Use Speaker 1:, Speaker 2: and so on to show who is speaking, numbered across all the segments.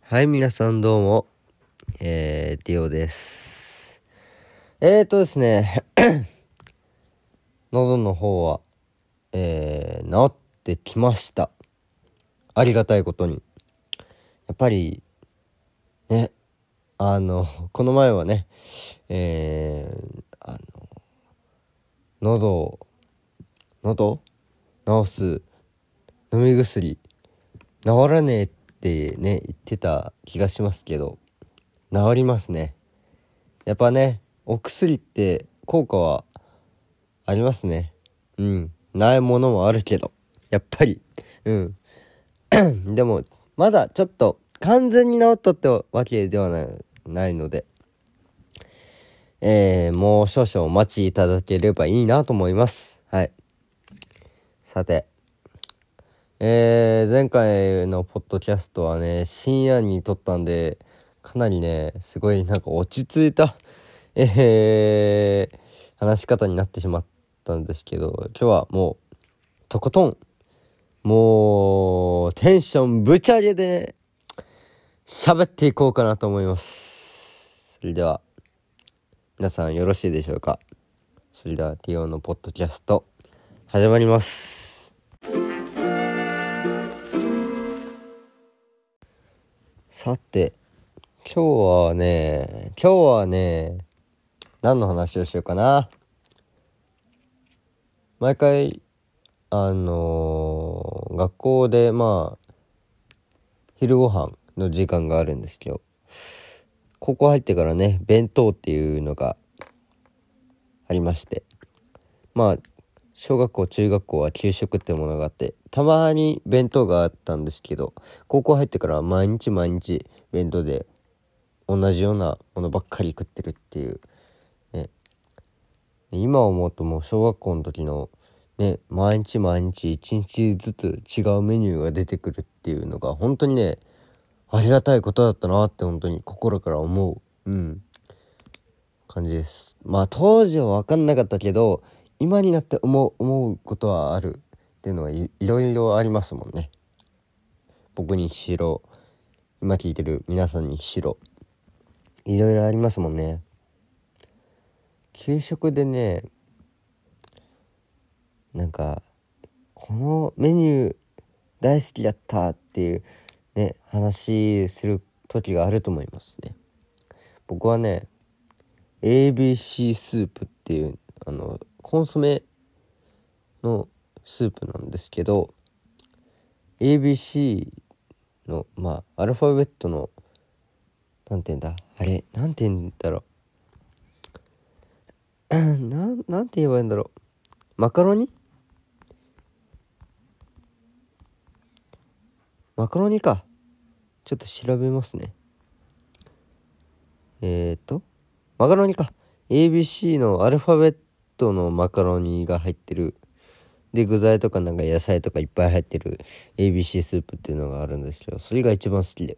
Speaker 1: はい、皆さんどうも、ディオです。ですね、喉の方は、治ってきました。ありがたいことに。やっぱり、ね、この前はね、喉治す飲み薬、治らねえってね、言ってた気がしますけど、治りますね。やっぱね、お薬って効果はありますね。ないものもあるけど、やっぱり。でも、まだちょっと完全に治ったってわけではないので、もう少々お待ちいただければいいなと思います。はい。さて、前回のポッドキャストはね、深夜に撮ったんで、かなりね、すごいなんか落ち着いた、話し方になってしまったんですけど、今日はもう、とことん、もう、テンションぶち上げで、喋っていこうかなと思います。それでは、皆さんよろしいでしょうか。それでは、ティオのポッドキャスト、始まります。さて、今日はね、何の話をしようかな。毎回、学校で、昼ご飯の時間があるんですけど、高校入ってからね、弁当っていうのがありまして、小学校中学校は給食ってものがあって、たまに弁当があったんですけど、高校入ってから毎日弁当で同じようなものばっかり食ってるっていうね。今思うともう小学校の時のね、毎日一日ずつ違うメニューが出てくるっていうのが本当にね、ありがたいことだったなって本当に心から思う感じです。当時は分かんなかったけど、今になって思うことはあるっていうのはいろいろありますもんね。僕にしろ、今聞いてる皆さんにしろ、いろいろありますもんね。給食でね、なんかこのメニュー大好きだったっていうね、話する時があると思いますね。僕はね、ABC スープっていうコンソメのスープなんですけど、 ABC のアルファベットのなんて言うんだろうなんて言えばいいんだろう。マカロニか。ちょっと調べますね。マカロニか。 ABC のアルファベットのマカロニが入ってる。で、具材とかなんか野菜とかいっぱい入ってる ABC スープっていうのがあるんですけど、それが一番好きで、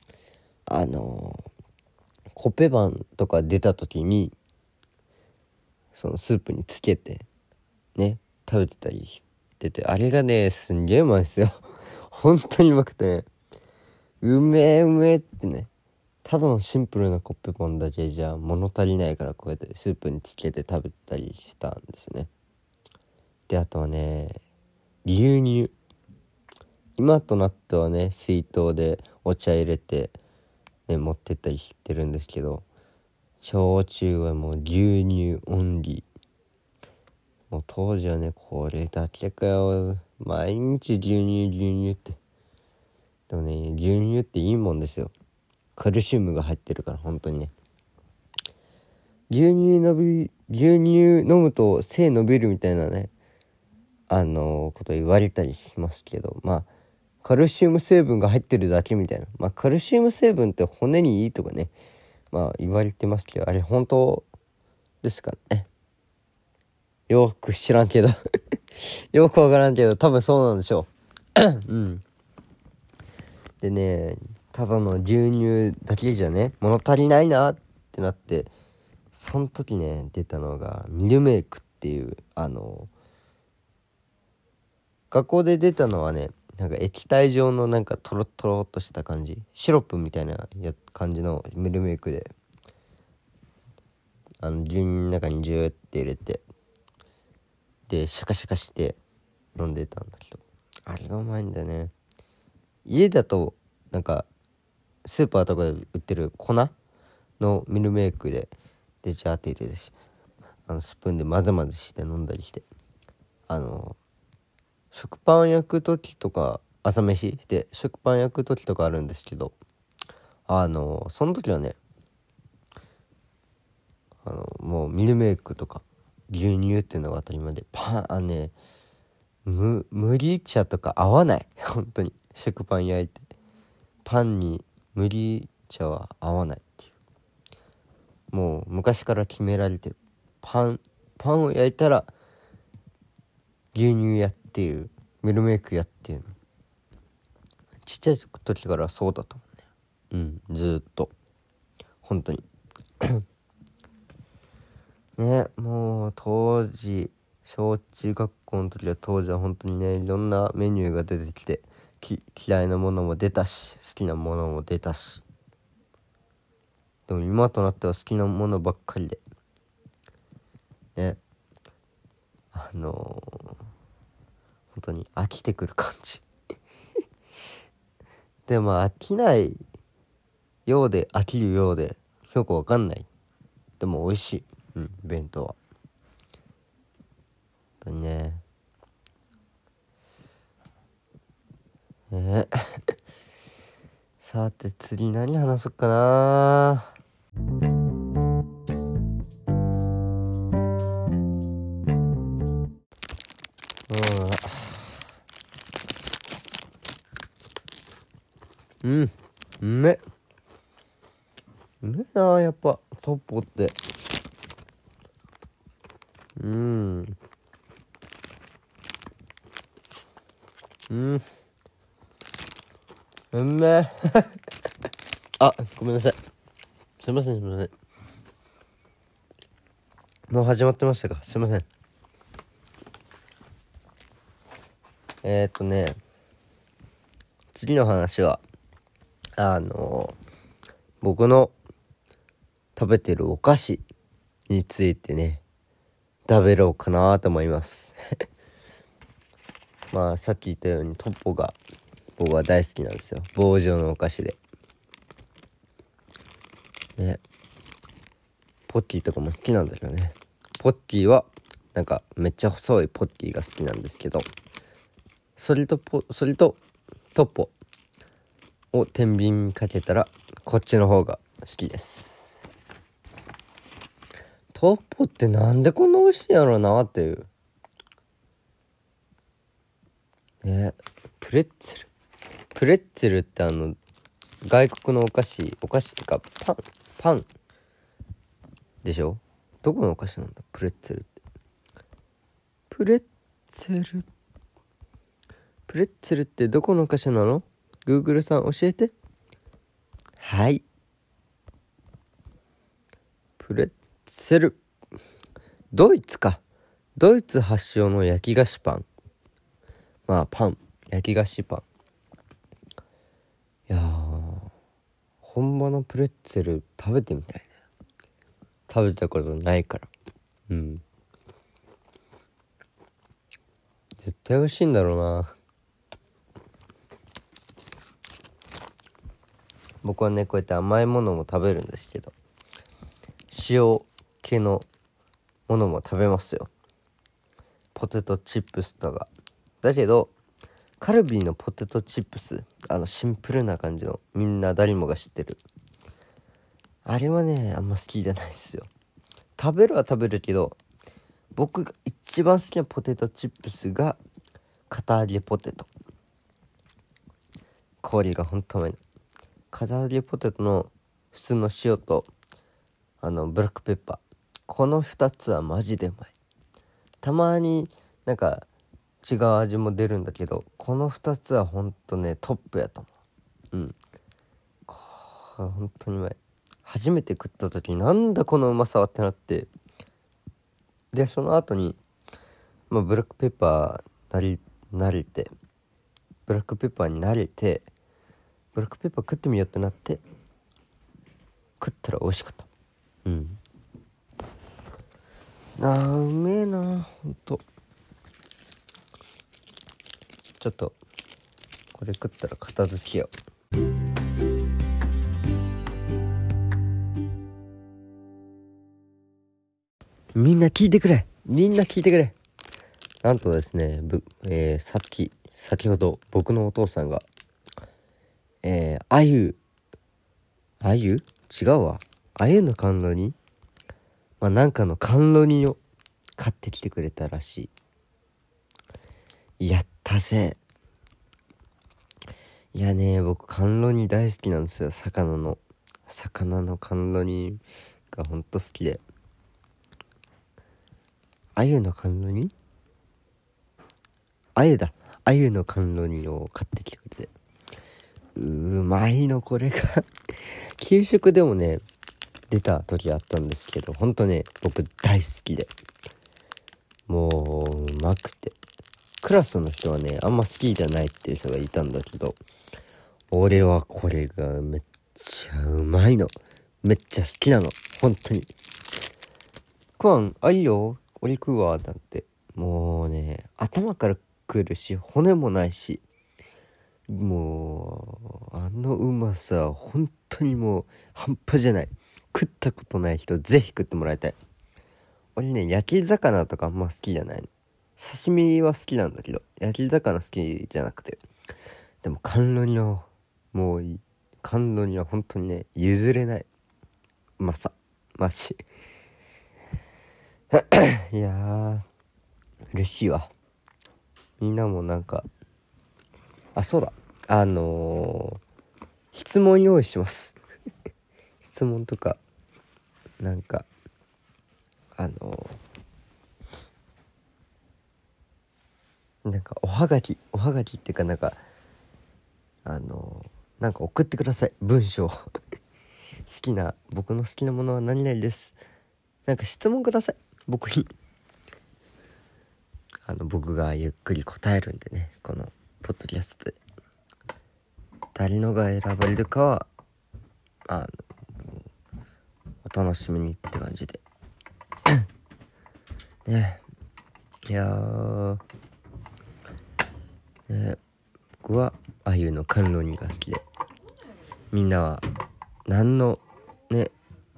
Speaker 1: コッペパンとか出た時にそのスープにつけてね、食べてたりしてて、あれがね、すんげえうまいですよ。本当にうまくて、うめえってね。ただのシンプルなコッペパンだけじゃ物足りないから、こうやってスープにつけて食べたりしたんですね。で、あとはね、牛乳。今となってはね、水筒でお茶入れて、ね、持ってったりしてるんですけど、小中はもう牛乳オンリー。もう当時はね、これだけかよ。毎日牛乳って。でもね、牛乳っていいもんですよ。カルシウムが入ってるから、本当にね。牛乳飲むと背伸びるみたいなね、こと言われたりしますけど、カルシウム成分が入ってるだけみたいな。カルシウム成分って骨にいいとかね、言われてますけど、あれ本当ですからね。よく知らんけどよくわからんけど、多分そうなんでしょう。でね、ただの牛乳だけじゃね、物足りないなってなって、その時ね、出たのがミルメイクっていう、学校で出たのはね、 なんか液体状のなんかトロトロっとした感じ、シロップみたいな感じのミルメイクで、牛乳の中にジューって入れて、でシャカシャカして飲んでたんだけど、あれがうまいんだよね。家だとなんかスーパーとかで売ってる粉のミルメイクでジャーって入れてし、スプーンで混ぜ混ぜして飲んだりして、食パン焼く時とか、朝飯で食パン焼く時とかあるんですけど、その時はね、もうミルメイクとか牛乳っていうのが当たり前で、麦茶とか合わない本当に。食パン焼いてパンに麦茶は合わないっていう、もう昔から決められてる。パンを焼いたら牛乳やっていう、ミルメイクやっていうの、ちっちゃい時からそうだと思うね。ずっと本当にね。もう当時小中学校の時は、当時は本当にね、いろんなメニューが出てきて、嫌いなものも出たし、好きなものも出たし、でも今となっては好きなものばっかりでね、本当に飽きてくる感じでも飽きないようで飽きるようで、よくわかんない。でも美味しい。弁当は本当にね。さて次何話そっかな。うめな、やっぱトッポって。うめあ、ごめんなさい、すいません。もう始まってましたか。すいません。次の話は僕の食べてるお菓子についてね、食べろうかなと思いますまあさっき言ったようにトッポが僕は大好きなんですよ。棒状のお菓子でね。ポッキーとかも好きなんだけどね。ポッキーはなんかめっちゃ細いポッキーが好きなんですけど、それとトッポを天秤にかけたらこっちの方が好きです。トッポってなんでこんな美味しいんやろうなっていうね。プレッツェルって外国のお菓子ってかパンでしょ。どこのお菓子なんだプレッツェルって。プレッツェルってどこのお菓子なの？ Google さん教えて。はい、プレッツェル、ドイツ発祥の焼き菓子パン。焼き菓子パン。いやー、本場のプレッツェル食べてみたいね。食べたことないから。絶対美味しいんだろうな。僕はね、こうやって甘いものも食べるんですけど、塩気のものも食べますよ。ポテトチップスとか。だけどカルビーのポテトチップス、シンプルな感じの、みんな誰もが知ってるあれはね、あんま好きじゃないですよ。食べるは食べるけど、僕が一番好きなポテトチップスが堅揚げポテト。氷がほんとうまい。堅揚げポテトの普通の塩とブラックペッパー、この2つはマジでうまい。たまになんか違う味も出るんだけど、この2つはほんとねトップやと思う。ほんとにうまい。初めて食った時なんだこのうまさはってなって、でその後にブラックペッパー慣れて、 ブラックペッパーに慣れて、ブラックペッパー食ってみようってなって食ったら美味しかった。うめえなほんと。ちょっとこれ食ったら片付けよう。みんな聞いてくれ。なんとですね、先ほど僕のお父さんがあゆ違うわ、あゆの甘露煮、なんかの甘露煮を買ってきてくれたらしい。やったぜ。いやね、僕甘露煮大好きなんですよ。魚の甘露煮がほんと好きで。あゆの甘露煮、あゆの甘露煮を買ってきてくれて、うまいのこれが給食でもね出た時あったんですけど、ほんとね僕大好きで、もううまくて、クラスの人はねあんま好きじゃないっていう人がいたんだけど、俺はこれがめっちゃうまいの。めっちゃ好きなの本当に。食わん？あ、いいよ俺食うわなんて、もうね頭からくるし、骨もないし、もうあのうまさ本当にもう半端じゃない。食ったことない人ぜひ食ってもらいたい。俺ね焼き魚とかあんま好きじゃないの。刺身は好きなんだけど焼き魚好きじゃなくて、でも甘露煮のもういい、甘露煮は本当にね譲れないうまさマジいやー嬉しいわ。みんなもなんか、そうだ、質問用意します質問とかなんかなんかおはがきっていうか、なんかなんか送ってください、文章僕の好きなものは何々です。なんか質問ください僕に。僕がゆっくり答えるんでね、このポッドキャストで。誰のが選ばれるかはお楽しみにって感じでね。いやー、僕はあゆの甘露煮が好きで、みんなは何のね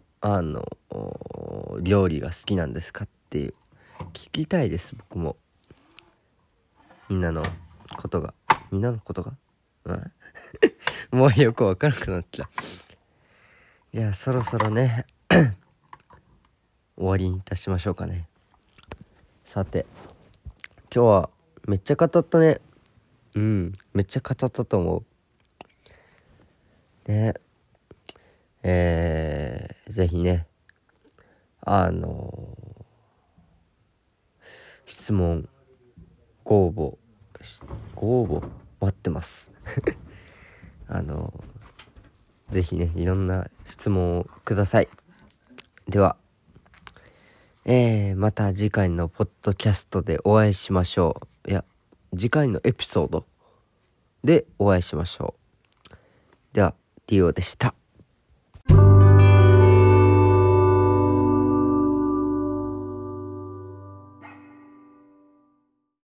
Speaker 1: 料理が好きなんですかっていう聞きたいです。僕もみんなのことがもうよくわからなくなっちゃう。じゃあそろそろね終わりにいたしましょうかね。さて今日はめっちゃ語ったね。めっちゃ語ったと思うね。ぜひね質問ご応募待ってますぜひねいろんな質問をください。ではまた次回のポッドキャストでお会いしましょう。いや次回のエピソードでお会いしましょう。ではディオでした。